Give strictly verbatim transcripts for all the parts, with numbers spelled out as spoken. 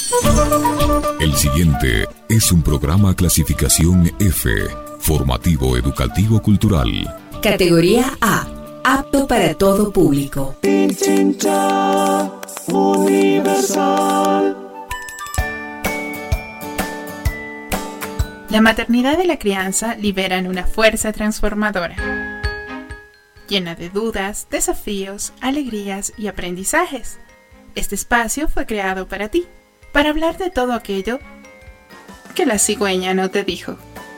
El siguiente es un programa clasificación F, formativo educativo cultural. Categoría A, apto para todo público. Pichincha Universal. La maternidad y la crianza liberan una fuerza transformadora, llena de dudas, desafíos, alegrías y aprendizajes. Este espacio fue creado para ti, para hablar de todo aquello que la cigüeña no te dijo.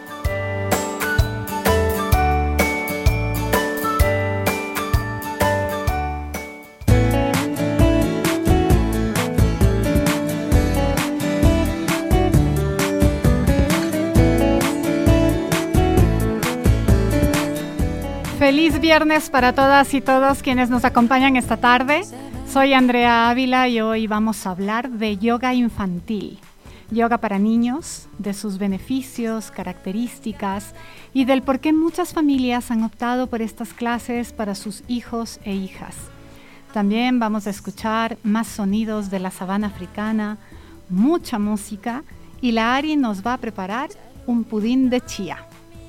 Feliz viernes para todas y todos quienes nos acompañan esta tarde. Soy Andrea Ávila y hoy vamos a hablar de yoga infantil. Yoga para niños, de sus beneficios, características y del por qué muchas familias han optado por estas clases para sus hijos e hijas. También vamos a escuchar más sonidos de la sabana africana, mucha música y la Ari nos va a preparar un pudín de chía.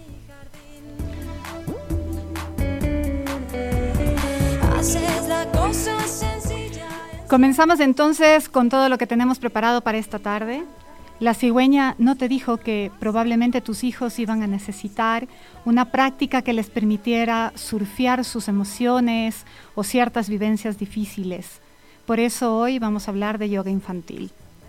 Comenzamos entonces con todo lo que tenemos preparado para esta tarde. La cigüeña no te dijo que probablemente tus hijos iban a necesitar una práctica que les permitiera surfear sus emociones o ciertas vivencias difíciles. Por eso hoy vamos a hablar de yoga infantil.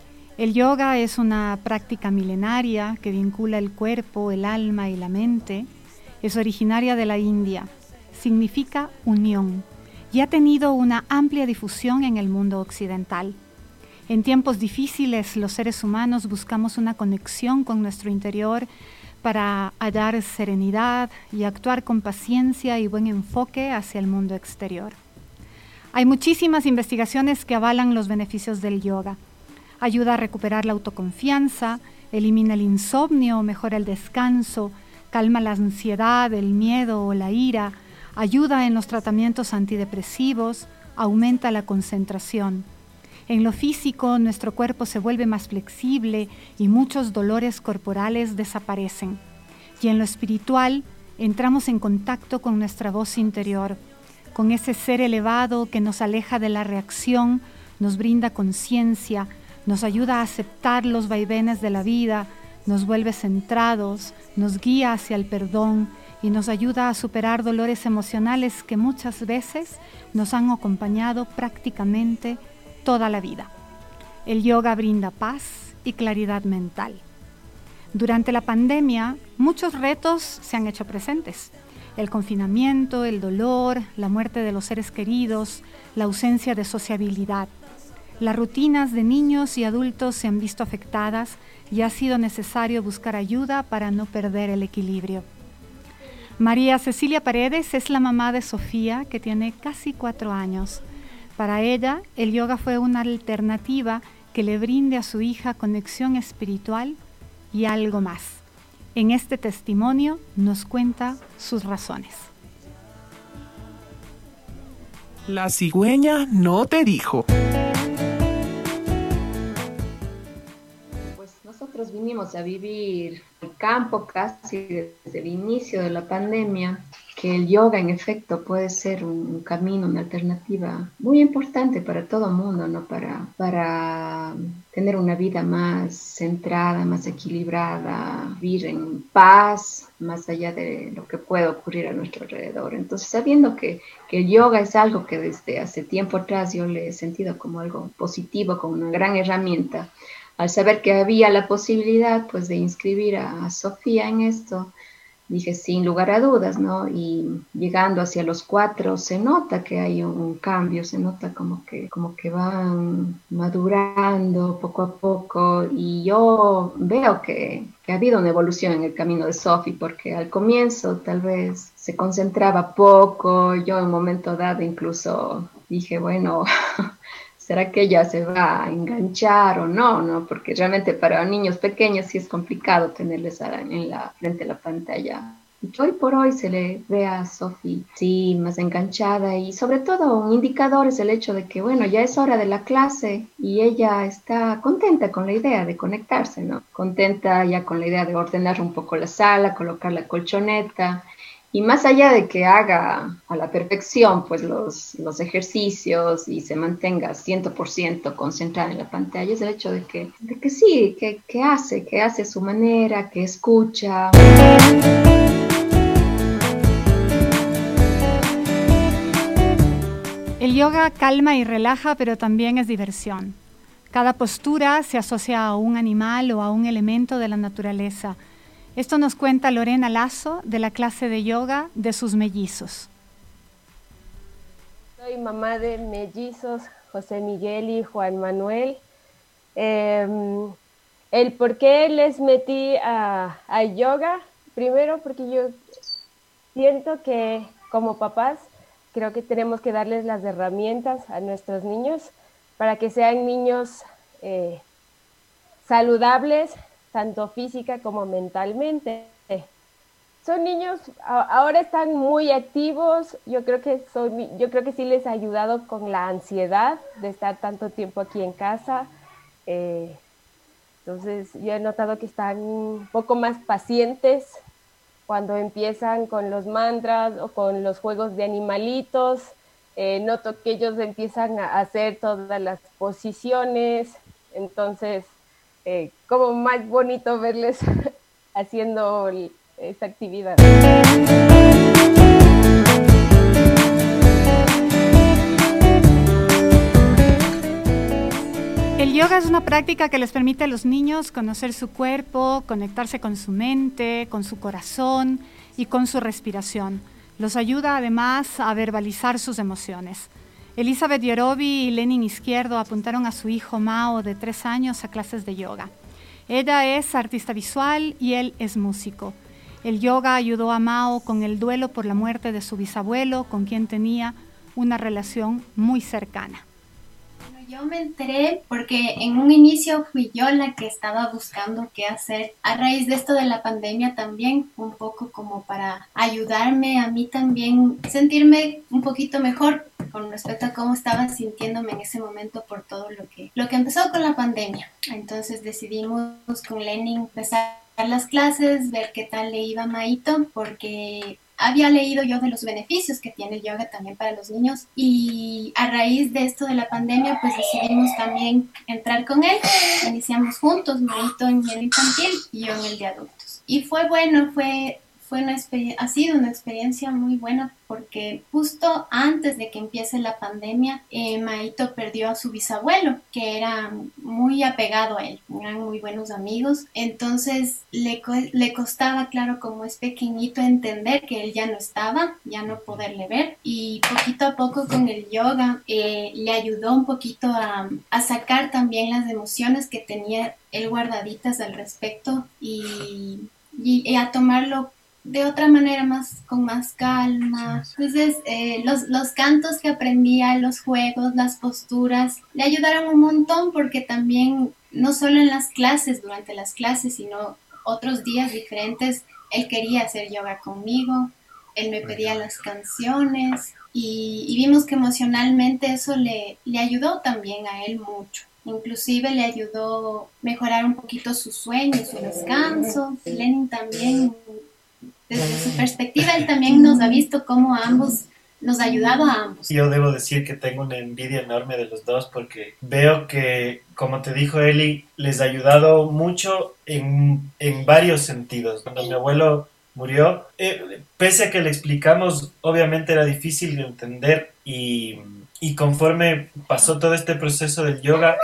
El yoga es una práctica milenaria que vincula el cuerpo, el alma y la mente. Es originaria de la India. Significa unión. Y ha tenido una amplia difusión en el mundo occidental. En tiempos difíciles, los seres humanos buscamos una conexión con nuestro interior para hallar serenidad y actuar con paciencia y buen enfoque hacia el mundo exterior. Hay muchísimas investigaciones que avalan los beneficios del yoga. Ayuda a recuperar la autoconfianza, elimina el insomnio, mejora el descanso, calma la ansiedad, el miedo o la ira, ayuda en los tratamientos antidepresivos, aumenta la concentración. En lo físico, nuestro cuerpo se vuelve más flexible y muchos dolores corporales desaparecen. Y en lo espiritual, entramos en contacto con nuestra voz interior, con ese ser elevado que nos aleja de la reacción, nos brinda conciencia, nos ayuda a aceptar los vaivenes de la vida, nos vuelve centrados, nos guía hacia el perdón, y nos ayuda a superar dolores emocionales que muchas veces nos han acompañado prácticamente toda la vida. El yoga brinda paz y claridad mental. Durante la pandemia, muchos retos se han hecho presentes. El confinamiento, el dolor, la muerte de los seres queridos, la ausencia de sociabilidad. Las rutinas de niños y adultos se han visto afectadas y ha sido necesario buscar ayuda para no perder el equilibrio. María Cecilia Paredes es la mamá de Sofía, que tiene casi cuatro años. Para ella, el yoga fue una alternativa que le brinde a su hija conexión espiritual y algo más. En este testimonio nos cuenta sus razones. La cigüeña no te dijo. Nosotros vinimos a vivir el campo casi desde el inicio de la pandemia, que el yoga en efecto puede ser un, un camino, una alternativa muy importante para todo el mundo, ¿no? Para, para tener una vida más centrada, más equilibrada, vivir en paz, más allá de lo que pueda ocurrir a nuestro alrededor. Entonces, sabiendo que, que el yoga es algo que desde hace tiempo atrás yo le he sentido como algo positivo, como una gran herramienta, al saber que había la posibilidad pues de inscribir a, a Sofía en esto, dije sin lugar a dudas, ¿no? Y llegando hacia los cuatro se nota que hay un, un cambio, se nota como que, como que van madurando poco a poco y yo veo que, que ha habido una evolución en el camino de Sofía, porque al comienzo tal vez se concentraba poco, yo en un momento dado incluso dije, bueno... ¿será que ella se va a enganchar o no? ¿no? Porque realmente para niños pequeños sí es complicado tenerles en la frente de la pantalla Y que hoy por hoy se le ve a Sofi, sí, más enganchada, y sobre todo un indicador es el hecho de que, bueno, ya es hora de la clase y ella está contenta con la idea de conectarse, ¿no? Contenta ya con la idea de ordenar un poco la sala, colocar la colchoneta. Y más allá de que haga a la perfección pues los, los ejercicios y se mantenga cien por ciento concentrada en la pantalla, es el hecho de que, de que sí, que, que hace, que hace a su manera, que escucha. El yoga calma y relaja, pero también es diversión. Cada postura se asocia a un animal o a un elemento de la naturaleza. Esto nos cuenta Lorena Lazo de la clase de yoga de sus mellizos. Soy mamá de mellizos, José Miguel y Juan Manuel. Eh, el por qué les metí a, a yoga, primero porque yo siento que como papás creo que tenemos que darles las herramientas a nuestros niños para que sean niños eh, saludables, tanto física como mentalmente. Son niños, ahora están muy activos, yo creo que son, yo creo que sí les ha ayudado con la ansiedad de estar tanto tiempo aquí en casa. Eh, entonces yo he notado que están un poco más pacientes cuando empiezan con los mantras o con los juegos de animalitos. Eh, noto que ellos empiezan a hacer todas las posiciones, entonces Eh, como más bonito verles haciendo esta actividad. El yoga es una práctica que les permite a los niños conocer su cuerpo, conectarse con su mente, con su corazón y con su respiración. Los ayuda además a verbalizar sus emociones. Elizabeth Yorobi y Lenin Izquierdo apuntaron a su hijo Mao de tres años a clases de yoga. Ella es artista visual y él es músico. El yoga ayudó a Mao con el duelo por la muerte de su bisabuelo, con quien tenía una relación muy cercana. Yo me enteré porque en un inicio fui yo la que estaba buscando qué hacer a raíz de esto de la pandemia también, un poco como para ayudarme a mí también sentirme un poquito mejor con respecto a cómo estaba sintiéndome en ese momento por todo lo que, lo que empezó con la pandemia. Entonces decidimos con Lenin empezar las clases, ver qué tal le iba a Maito, porque había leído yo de los beneficios que tiene el yoga también para los niños, y a raíz de esto de la pandemia pues decidimos también entrar con él. Iniciamos juntos, Maito en el infantil y yo en el de adultos, y fue bueno, fue, fue una experiencia, ha sido una experiencia muy buena porque justo antes de que empiece la pandemia, eh, Maito perdió a su bisabuelo, que era muy apegado a él, eran muy buenos amigos. Entonces le, le costaba, claro, como es pequeñito, entender que él ya no estaba, ya no poderle ver, y poquito a poco con el yoga eh, le ayudó un poquito a, a sacar también las emociones que tenía él guardaditas al respecto, y, y, y a tomarlo de otra manera, más con más calma. Entonces eh, los, los cantos que aprendía, los juegos, las posturas le ayudaron un montón, porque también no solo en las clases, durante las clases, sino otros días diferentes, él quería hacer yoga conmigo, él me pedía las canciones, y, y vimos que emocionalmente eso le, le ayudó también a él mucho. Inclusive le ayudó a mejorar un poquito su sueño, su descanso. Lenin también, desde su perspectiva, él también nos ha visto cómo a ambos nos ha ayudado a ambos. Yo debo decir que tengo una envidia enorme de los dos, porque veo que, como te dijo Eli, les ha ayudado mucho en, en varios sentidos. Cuando mi abuelo murió, eh, pese a que le explicamos, obviamente era difícil de entender, y, y conforme pasó todo este proceso del yoga,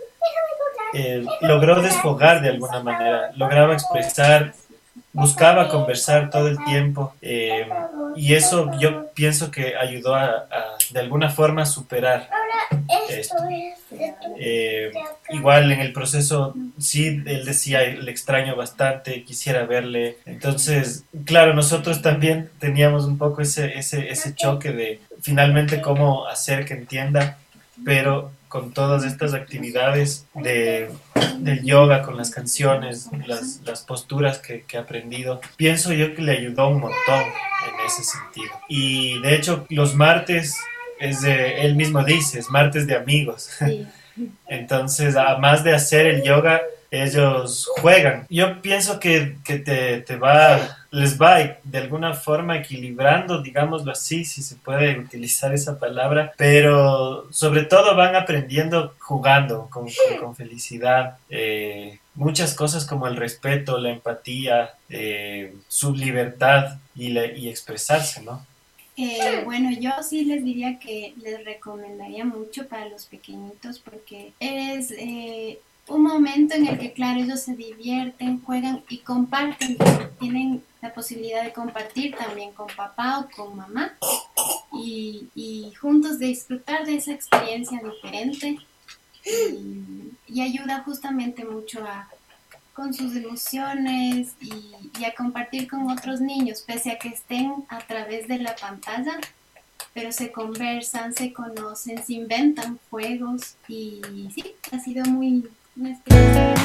eh, logró desfogar de alguna manera, lograba expresar, buscaba conversar todo el tiempo, eh, y eso yo pienso que ayudó a, a de alguna forma a superar esto. Eh, igual en el proceso, sí, él decía, le extraño bastante, quisiera verle. Entonces, claro, nosotros también teníamos un poco ese, ese, ese choque de finalmente cómo hacer que entienda, pero con todas estas actividades de, del yoga, con las canciones, las, las posturas que, que ha aprendido, pienso yo que le ayudó un montón en ese sentido. Y de hecho los martes, es de, él mismo dice, es martes de amigos. Sí. Entonces, además de hacer el yoga, ellos juegan. Yo pienso que, que te, te va, les va de alguna forma equilibrando, digámoslo así, si se puede utilizar esa palabra, pero sobre todo van aprendiendo jugando, con, con, con felicidad. Eh, muchas cosas como el respeto, la empatía, eh, su libertad y, la, y expresarse, ¿no? Eh, bueno, yo sí les diría que les recomendaría mucho para los pequeñitos porque es eh, un momento en el que, claro, ellos se divierten, juegan y comparten, tienen la posibilidad de compartir también con papá o con mamá y, y juntos de disfrutar de esa experiencia diferente y, y ayuda justamente mucho a con sus emociones y, y a compartir con otros niños, pese a que estén a través de la pantalla, pero se conversan, se conocen, se inventan juegos y sí, ha sido muy una experiencia.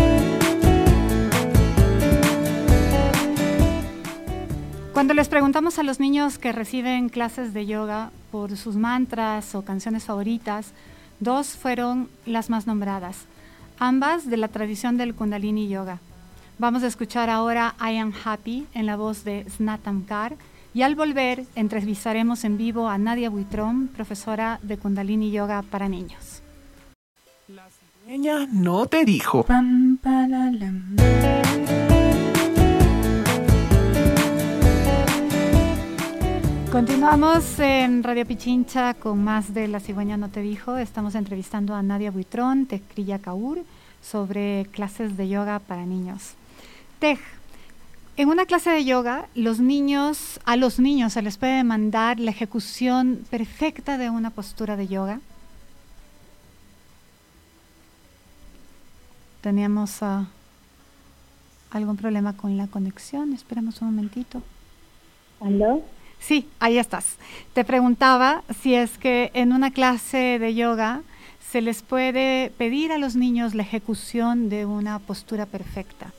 Cuando les preguntamos a los niños que reciben clases de yoga por sus mantras o canciones favoritas, dos fueron las más nombradas, ambas de la tradición del Kundalini Yoga. Vamos a escuchar ahora I Am Happy en la voz de Snatam Kaur y al volver entrevistaremos en vivo a Nadia Buitrón, profesora de Kundalini Yoga para niños. La cigüeña no te dijo. Pam, palalam. Continuamos en Radio Pichincha con más de La Cigüeña No Te Dijo. Estamos entrevistando a Nadia Buitrón, Tej Kriya Kaur, sobre clases de yoga para niños. Tej, en una clase de yoga, los niños, a los niños se les puede demandar la ejecución perfecta de una postura de yoga. Teníamos uh, algún problema con la conexión. Esperemos un momentito. ¿Aló? Sí, ahí estás. Te preguntaba si es que en una clase de yoga se les puede pedir a los niños la ejecución de una postura perfecta.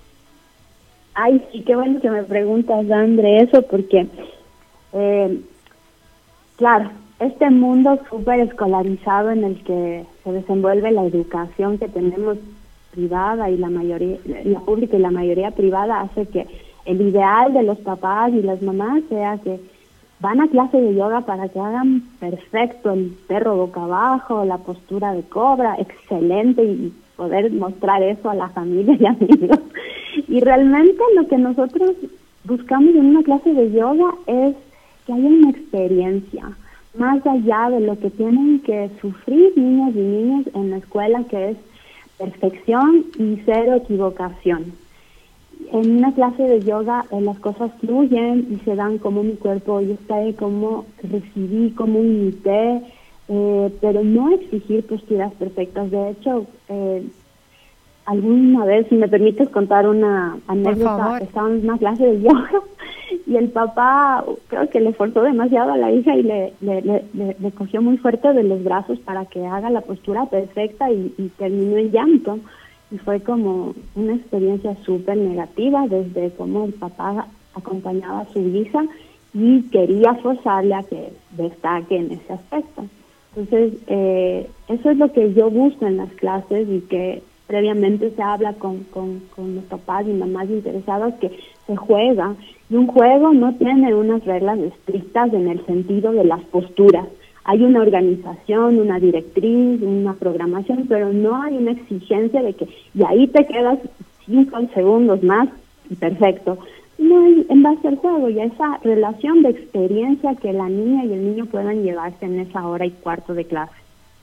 Ay, sí, qué bueno que me preguntas, Andre, eso, porque, eh, claro, este mundo súper escolarizado en el que se desenvuelve la educación que tenemos privada y la mayoría, la pública y la mayoría privada, hace que el ideal de los papás y las mamás sea que van a clase de yoga para que hagan perfecto el perro boca abajo, la postura de cobra, excelente, y poder mostrar eso a la familia y amigos. Y realmente lo que nosotros buscamos en una clase de yoga es que haya una experiencia, más allá de lo que tienen que sufrir niños y niñas en la escuela, que es perfección y cero equivocación. En una clase de yoga eh, las cosas fluyen y se dan como mi cuerpo yo está, como recibí, como imité, eh, pero no exigir posturas perfectas. De hecho, eh, alguna vez, si me permites contar una anécdota, estábamos en una clase de yoga y el papá creo que le forzó demasiado a la hija y le, le, le, le, le cogió muy fuerte de los brazos para que haga la postura perfecta y, y terminó en llanto. Y fue como una experiencia súper negativa, desde cómo el papá acompañaba a su hija y quería forzarle a que destaque en ese aspecto. Entonces, eh, eso es lo que yo busco en las clases y que previamente se habla con, con, con los papás y mamás interesados, que se juega. Y un juego no tiene unas reglas estrictas en el sentido de las posturas. Hay una organización, una directriz, una programación, pero no hay una exigencia de que y ahí te quedas cinco segundos más y perfecto. No hay en base al juego y a esa relación de experiencia que la niña y el niño puedan llevarse en esa hora y cuarto de clase.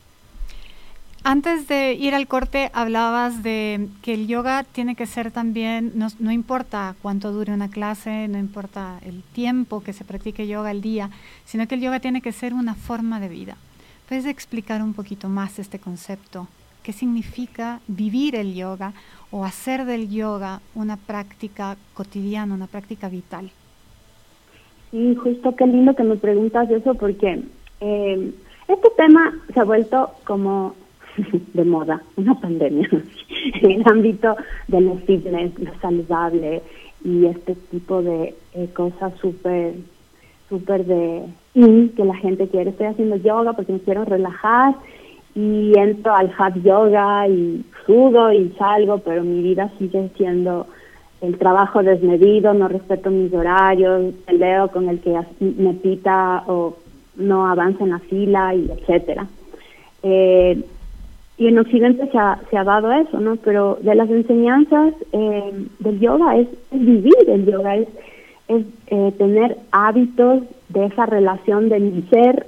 Antes de ir al corte hablabas de que el yoga tiene que ser también, no, no importa cuánto dure una clase, no importa el tiempo que se practique yoga al día, sino que el yoga tiene que ser una forma de vida. ¿Puedes explicar un poquito más este concepto? ¿Qué significa vivir el yoga o hacer del yoga una práctica cotidiana, una práctica vital? Sí, justo qué lindo que me preguntas eso, porque eh, este tema se ha vuelto como de moda, una pandemia, en el ámbito de los fitness, lo saludable y este tipo de eh, cosas súper, súper de in que la gente quiere. Estoy haciendo yoga porque me quiero relajar y entro al hot yoga y sudo y salgo, pero mi vida sigue siendo el trabajo desmedido, no respeto mis horarios, peleo con el que me pita o no avanza en la fila, y etcétera. Eh, y en Occidente se ha, se ha dado eso, ¿no? Pero de las enseñanzas eh, del yoga es, es vivir el yoga, es, es eh, tener hábitos de esa relación de mi ser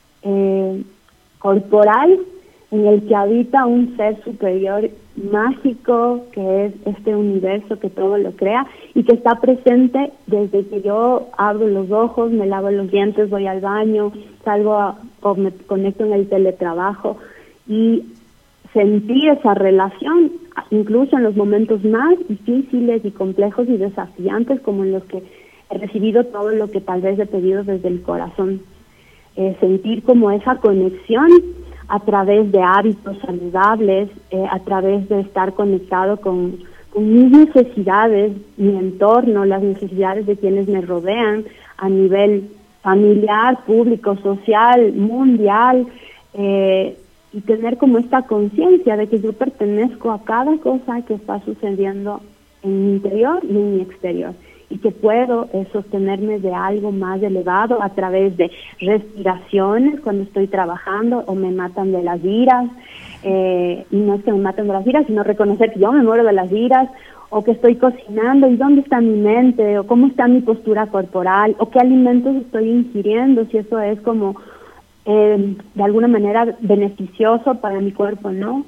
eh, corporal en el que habita un ser superior mágico, que es este universo que todo lo crea y que está presente desde que yo abro los ojos, me lavo los dientes, voy al baño, salgo a, o me conecto en el teletrabajo, y sentir esa relación incluso en los momentos más difíciles y complejos y desafiantes, como en los que he recibido todo lo que tal vez he pedido desde el corazón. Eh, sentir como esa conexión a través de hábitos saludables, eh, a través de estar conectado con, con mis necesidades, mi entorno, las necesidades de quienes me rodean a nivel familiar, público, social, mundial, eh, y tener como esta conciencia de que yo pertenezco a cada cosa que está sucediendo en mi interior y en mi exterior, y que puedo eh, sostenerme de algo más elevado a través de respiraciones cuando estoy trabajando o me matan de las iras, eh, y no es que me maten de las iras, sino reconocer que yo me muero de las iras, o que estoy cocinando y dónde está mi mente, o cómo está mi postura corporal, o qué alimentos estoy ingiriendo, si eso es como eh, de alguna manera beneficioso para mi cuerpo, ¿no?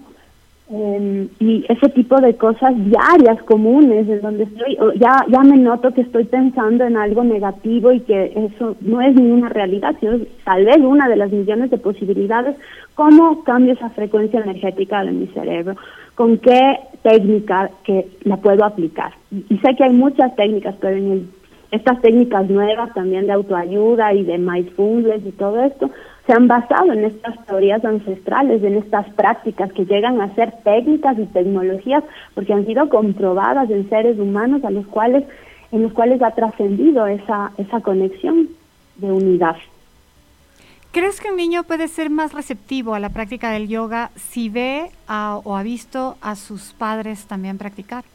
Eh, y ese tipo de cosas diarias, comunes, en donde estoy, ya ya me noto que estoy pensando en algo negativo y que eso no es ni una realidad, sino tal vez una de las millones de posibilidades. ¿Cómo cambio esa frecuencia energética de mi cerebro? ¿Con qué técnica que la puedo aplicar? Y, y sé que hay muchas técnicas, pero en el, estas técnicas nuevas también de autoayuda y de mindfulness y todo esto se han basado en estas teorías ancestrales, en estas prácticas que llegan a ser técnicas y tecnologías, porque han sido comprobadas en seres humanos a los cuales, en los cuales ha trascendido esa, esa conexión de unidad. ¿Crees que un niño puede ser más receptivo a la práctica del yoga si ve a, o ha visto a sus padres también practicar?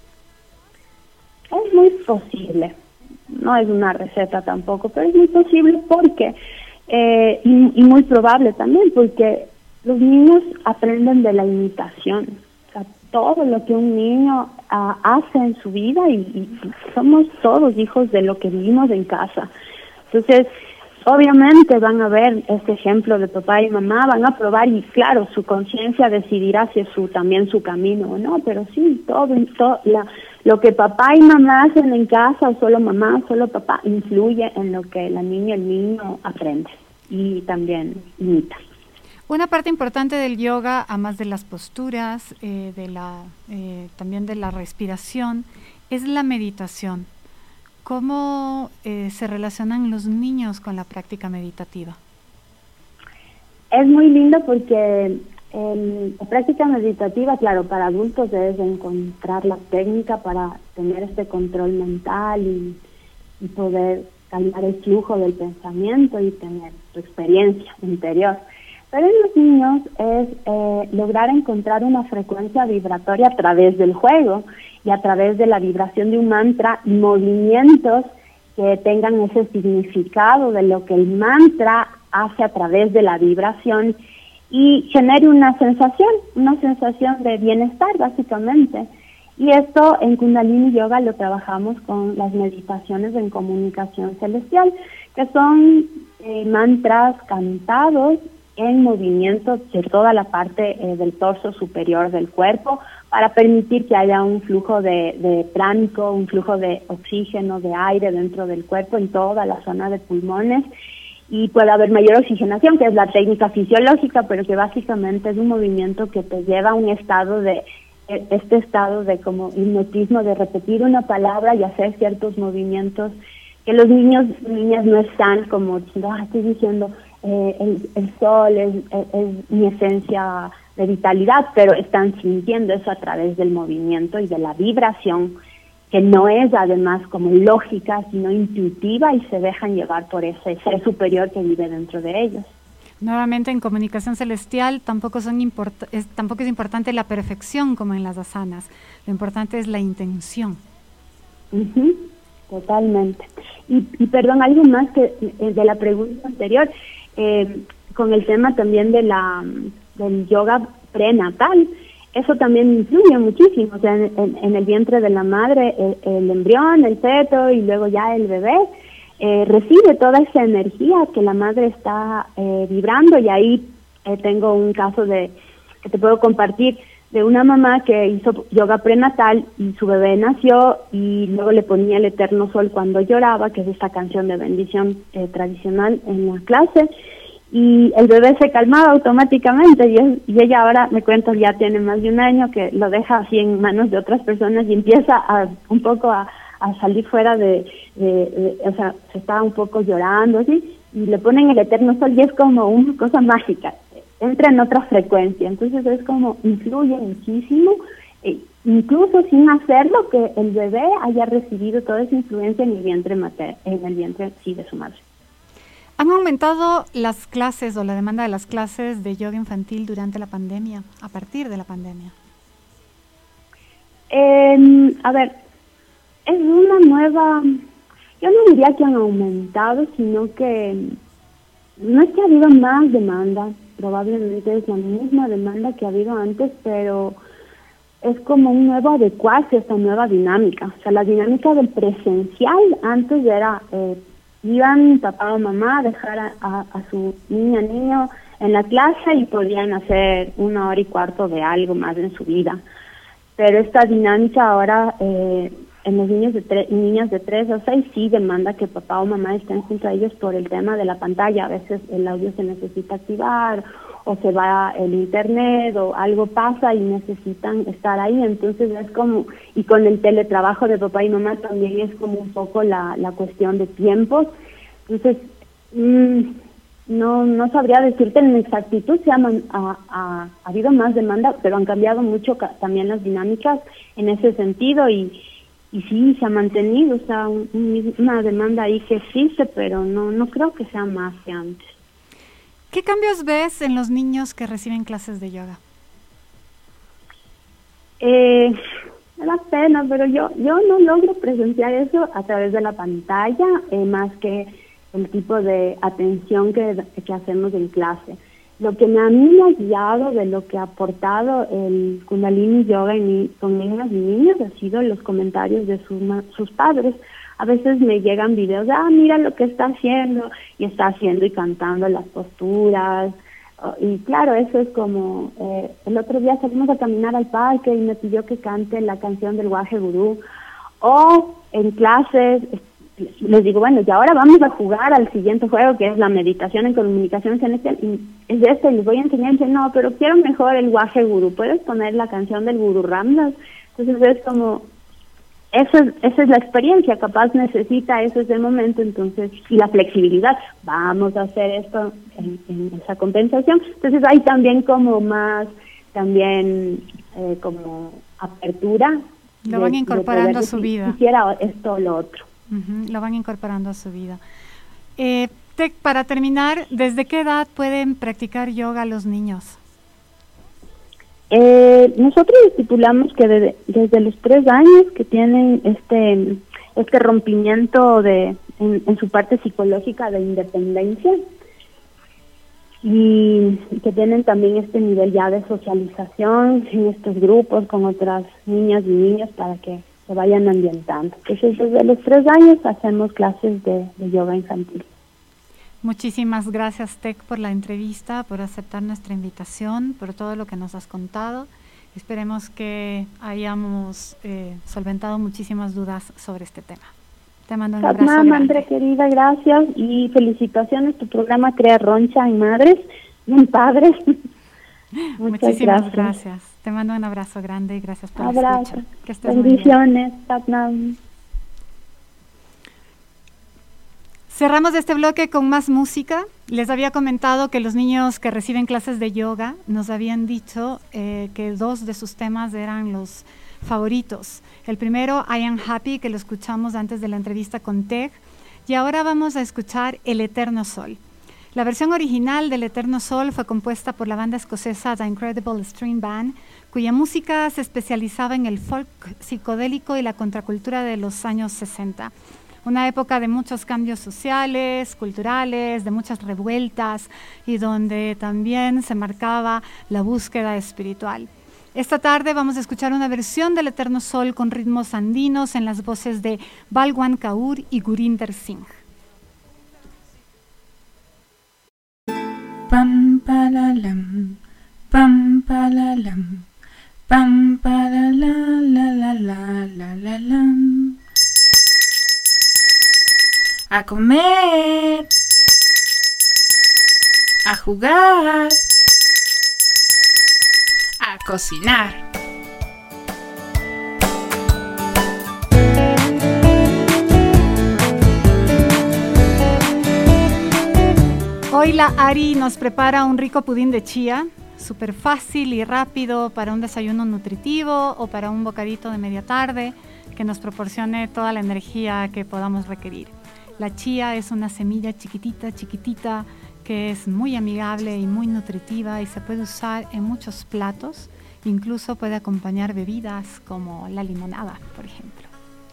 Es muy posible, no es una receta tampoco, pero es muy posible porque Eh, y, y muy probable también, porque los niños aprenden de la imitación. O sea, todo lo que un niño uh, hace en su vida, y, y somos todos hijos de lo que vivimos en casa. Entonces, obviamente van a ver este ejemplo de papá y mamá, van a probar, y claro, su conciencia decidirá si es su, también su camino o no, pero sí, todo, todo la, lo que papá y mamá hacen en casa, o solo mamá, o solo papá, influye en lo que la niña, el niño aprende y también imita. Una parte importante del yoga, además de las posturas, eh, de la, eh, también de la respiración, es la meditación. ¿Cómo eh, se relacionan los niños con la práctica meditativa? Es muy lindo porque eh, la práctica meditativa, claro, para adultos debes encontrar la técnica para tener este control mental y, y poder calmar el flujo del pensamiento y tener tu experiencia interior. Pero en los niños es eh, lograr encontrar una frecuencia vibratoria a través del juego y a través de la vibración de un mantra y movimientos que tengan ese significado de lo que el mantra hace a través de la vibración y genere una sensación, una sensación de bienestar básicamente. Y esto en Kundalini Yoga lo trabajamos con las meditaciones en comunicación celestial, que son eh, mantras cantados en movimiento de toda la parte eh, del torso superior del cuerpo, para permitir que haya un flujo de, de pránico, un flujo de oxígeno, de aire dentro del cuerpo, en toda la zona de pulmones, y puede haber mayor oxigenación, que es la técnica fisiológica, pero que básicamente es un movimiento que te lleva a un estado de, este estado de como hipnotismo, de repetir una palabra y hacer ciertos movimientos que los niños niñas no están como diciendo, ah, estoy diciendo eh, el, el sol es, es, es mi esencia de vitalidad, pero están sintiendo eso a través del movimiento y de la vibración, que no es además como lógica, sino intuitiva, y se dejan llevar por ese ser superior que vive dentro de ellos. Nuevamente, en comunicación celestial tampoco, son import- es, tampoco es importante la perfección como en las asanas, lo importante es la intención. Uh-huh, totalmente. Y, y perdón, algo más que de la pregunta anterior, eh, con el tema también de la del yoga prenatal, eso también influye muchísimo, o sea, en, en, en el vientre de la madre, el, el embrión, el feto y luego ya el bebé, eh, recibe toda esa energía que la madre está eh, vibrando, y ahí eh, tengo un caso de que te puedo compartir de una mamá que hizo yoga prenatal y su bebé nació y luego le ponía el Eterno Sol cuando lloraba, que es esta canción de bendición eh, tradicional en la clase, y el bebé se calmaba automáticamente, y, es, y ella ahora me cuenta, ya tiene más de un año, que lo deja así en manos de otras personas y empieza a un poco a, a salir fuera de, de, de, o sea, se está un poco llorando, así, y le ponen el Eterno Sol y es como una cosa mágica, entra en otra frecuencia, entonces es como influye muchísimo, eh, incluso sin hacerlo, que el bebé haya recibido toda esa influencia en el vientre mater, en el vientre sí de su madre. ¿Han aumentado las clases o la demanda de las clases de yoga infantil durante la pandemia, a partir de la pandemia? Eh, a ver, es una nueva, yo no diría que han aumentado, sino que no es que ha habido más demanda, probablemente es la misma demanda que ha habido antes, pero es como un nuevo adecuarse a esta nueva dinámica. O sea, la dinámica del presencial antes era... Eh, iban papá o mamá a dejar a, a, a su niña niño en la clase y podían hacer una hora y cuarto de algo más en su vida. Pero esta dinámica ahora eh, en los niños de tre- niñas de tres o seis sí demanda que papá o mamá estén junto a ellos por el tema de la pantalla. A veces el audio se necesita activar o se va el internet o algo pasa y necesitan estar ahí, entonces es como, y con el teletrabajo de papá y mamá también es como un poco la, la cuestión de tiempos, entonces mmm, no no sabría decirte en exactitud si ha, ha, ha, ha habido más demanda, pero han cambiado mucho ca- también las dinámicas en ese sentido, y y sí se ha mantenido, o sea, un, una demanda ahí que existe, pero no no creo que sea más que antes. ¿Qué cambios ves en los niños que reciben clases de yoga? Eh, me da pena, pero yo yo no logro presenciar eso a través de la pantalla, eh, más que el tipo de atención que, que hacemos en clase. Lo que me, a mí me ha guiado de lo que ha aportado el Kundalini Yoga en, con niñas y niños ha sido los comentarios de sus, sus padres. A veces me llegan videos de, ah, mira lo que está haciendo, y está haciendo y cantando las posturas. Y claro, eso es como, eh, el otro día salimos a caminar al parque y me pidió que cante la canción del Waje Gurú. O en clases, les digo, bueno, y ahora vamos a jugar al siguiente juego, que es la meditación en comunicación celestial, y es de este, les voy a enseñar, y dicen, no, pero quiero mejor el Waje Gurú, ¿puedes poner la canción del Guru Ramdas? Entonces es como... Eso es, esa es la experiencia, capaz necesita, eso es el momento, entonces, y la flexibilidad, vamos a hacer esto en, en esa compensación, entonces hay también como más, también eh, como apertura. Lo van de, incorporando de a su vida. Quisiera esto o lo otro. Uh-huh, lo van incorporando a su vida. Eh, te, para terminar, ¿desde qué edad pueden practicar yoga los niños? Eh, nosotros estipulamos que de, desde los tres años que tienen este este rompimiento de en, en su parte psicológica de independencia, y que tienen también este nivel ya de socialización en estos grupos con otras niñas y niños para que se vayan ambientando. Entonces desde los tres años hacemos clases de, de yoga infantil. Muchísimas gracias, Tec, por la entrevista, por aceptar nuestra invitación, por todo lo que nos has contado. Esperemos que hayamos eh, solventado muchísimas dudas sobre este tema. Te mando un abrazo grande. André, querida, gracias y felicitaciones. Tu programa crea roncha en madres y en padres. Muchísimas gracias. gracias. Te mando un abrazo grande y gracias por la escucha. Que estés Bendiciones. Satnam. Cerramos este bloque con más música. Les había comentado que los niños que reciben clases de yoga nos habían dicho eh, que dos de sus temas eran los favoritos. El primero, I Am Happy, que lo escuchamos antes de la entrevista con Teg, y ahora vamos a escuchar El Eterno Sol. La versión original del Eterno Sol fue compuesta por la banda escocesa The Incredible String Band, cuya música se especializaba en el folk psicodélico y la contracultura de los años sesenta. Una época de muchos cambios sociales, culturales, de muchas revueltas y donde también se marcaba la búsqueda espiritual. Esta tarde vamos a escuchar una versión del Eterno Sol con ritmos andinos en las voces de Balwan Kaur y Gurinder Singh. Pam palalam, pam palalam, pam palala la la la la la lam. A comer, a jugar, a cocinar. Hoy la Ari nos prepara un rico pudín de chía, súper fácil y rápido para un desayuno nutritivo o para un bocadito de media tarde que nos proporcione toda la energía que podamos requerir. La chía es una semilla chiquitita, chiquitita, que es muy amigable y muy nutritiva y se puede usar en muchos platos. Incluso puede acompañar bebidas como la limonada, por ejemplo.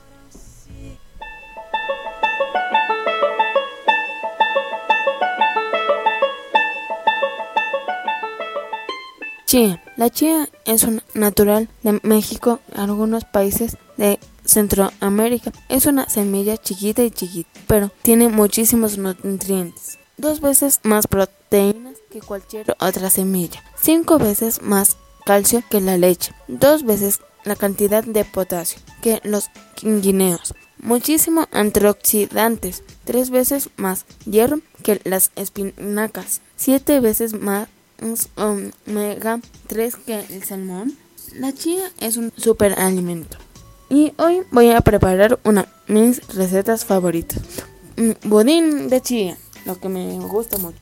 Chía. La chía es un natural de México, algunos países de Centroamérica. Es una semilla chiquita y chiquita, pero tiene muchísimos nutrientes. Dos veces más proteínas que cualquier otra semilla. Cinco veces más calcio que la leche. Dos veces la cantidad de potasio que los guineos. Muchísimo antioxidantes. Tres veces más hierro que las espinacas. Siete veces más omega tres que el salmón. La chía es un superalimento. Y hoy voy a preparar una de mis recetas favoritas. Un budín de chía, lo que me gusta mucho.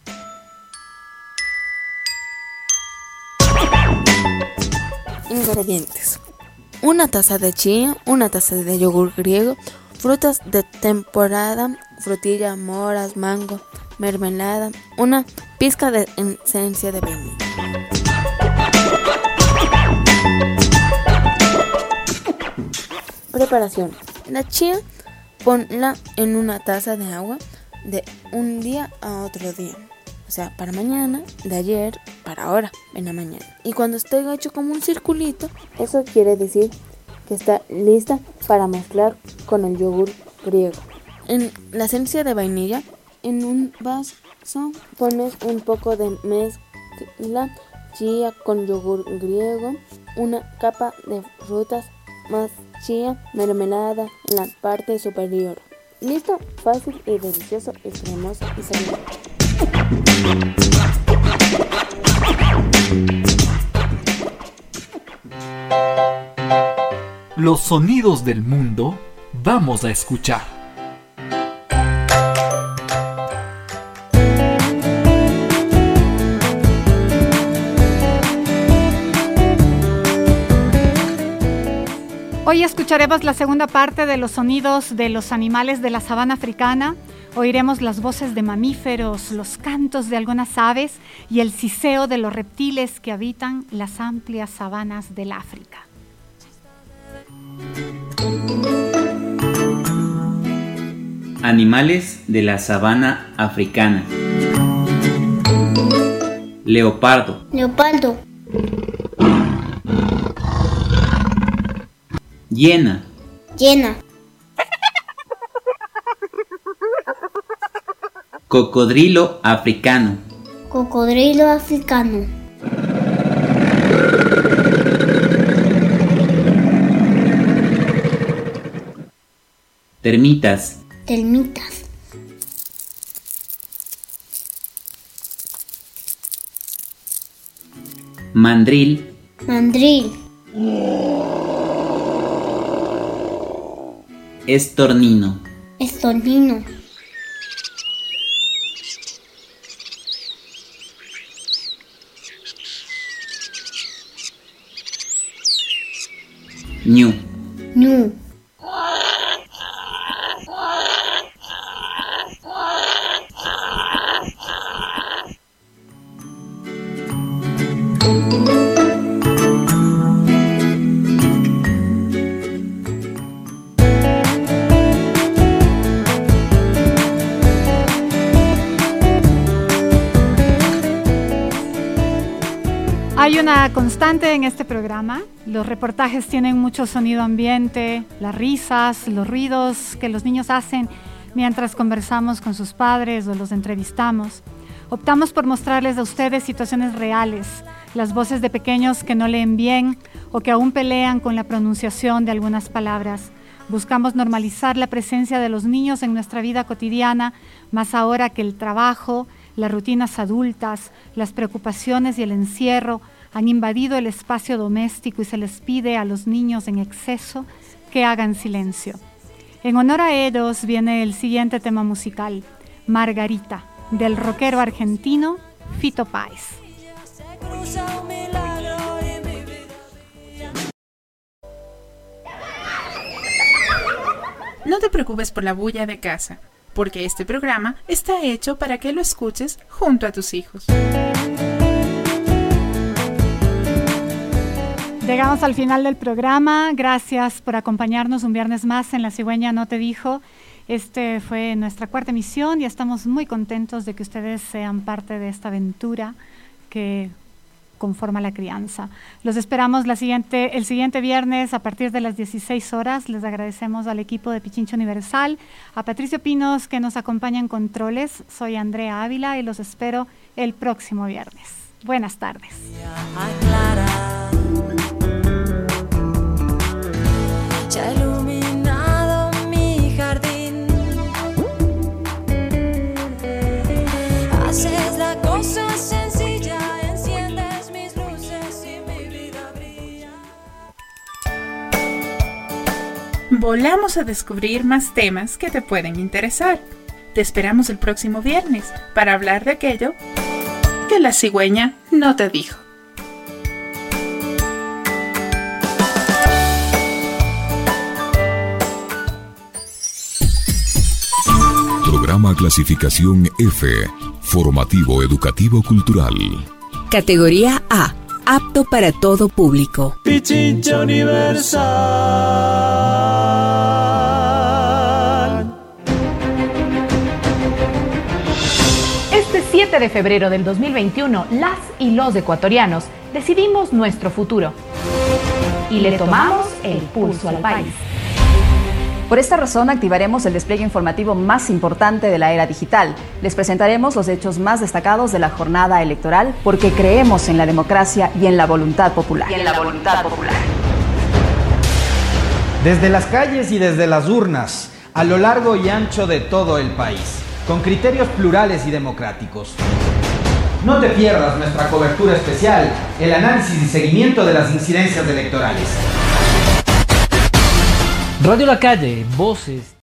Ingredientes: una taza de chía, una taza de yogur griego, frutas de temporada, frutilla, moras, mango, mermelada, una pizca de esencia de vainilla. Preparación: la chía, ponla en una taza de agua de un día a otro día. O sea, para mañana, de ayer, para ahora, en la mañana. Y cuando esté hecho como un circulito, eso quiere decir que está lista para mezclar con el yogur griego. En la esencia de vainilla, en un vaso pones un poco de mezcla chía con yogur griego, una capa de frutas más chía, mermelada en la parte superior. Listo, fácil y delicioso y cremoso y saludable. Los sonidos del mundo vamos a escuchar. Hoy escucharemos la segunda parte de los sonidos de los animales de la sabana africana. Oiremos las voces de mamíferos, los cantos de algunas aves y el siseo de los reptiles que habitan las amplias sabanas del África. Animales de la sabana africana. Leopardo. Leopardo. Hiena. Hiena. Cocodrilo africano. Cocodrilo africano. Termitas. Termitas. Mandril. Mandril. Estornino. Estornino. ñu. ñu. Hay una constante en este programa. Los reportajes tienen mucho sonido ambiente, las risas, los ruidos que los niños hacen mientras conversamos con sus padres o los entrevistamos. Optamos por mostrarles a ustedes situaciones reales, las voces de pequeños que no leen bien o que aún pelean con la pronunciación de algunas palabras. Buscamos normalizar la presencia de los niños en nuestra vida cotidiana, más ahora que el trabajo, las rutinas adultas, las preocupaciones y el encierro han invadido el espacio doméstico y se les pide a los niños en exceso que hagan silencio. En honor a ellos viene el siguiente tema musical, Margarita, del rockero argentino Fito Páez. No te preocupes por la bulla de casa, porque este programa está hecho para que lo escuches junto a tus hijos. Llegamos al final del programa. Gracias por acompañarnos un viernes más en La Cigüeña No Te Dijo. Este fue nuestra cuarta emisión y estamos muy contentos de que ustedes sean parte de esta aventura que conforma la crianza. Los esperamos la siguiente, el siguiente viernes a partir de las dieciséis horas. Les agradecemos al equipo de Pichincha Universal, a Patricio Pinos que nos acompaña en controles. Soy Andrea Ávila y los espero el próximo viernes. Buenas tardes. Ya ha iluminado mi jardín. Haces la cosa sencilla, enciendes mis luces y mi vida brilla. Volamos a descubrir más temas que te pueden interesar. Te esperamos el próximo viernes para hablar de aquello que la cigüeña no te dijo. Programa clasificación F, formativo educativo cultural. Categoría A, apto para todo público. Pichincha Universal. Este siete de febrero del dos mil veintiuno, las y los ecuatorianos decidimos nuestro futuro y le tomamos el pulso al país. Por esta razón activaremos el despliegue informativo más importante de la era digital. Les presentaremos los hechos más destacados de la jornada electoral porque creemos en la democracia y en la voluntad popular. Y en la voluntad popular. Desde las calles y desde las urnas, a lo largo y ancho de todo el país, con criterios plurales y democráticos. No te pierdas nuestra cobertura especial, el análisis y seguimiento de las incidencias electorales. Radio La Calle, voces.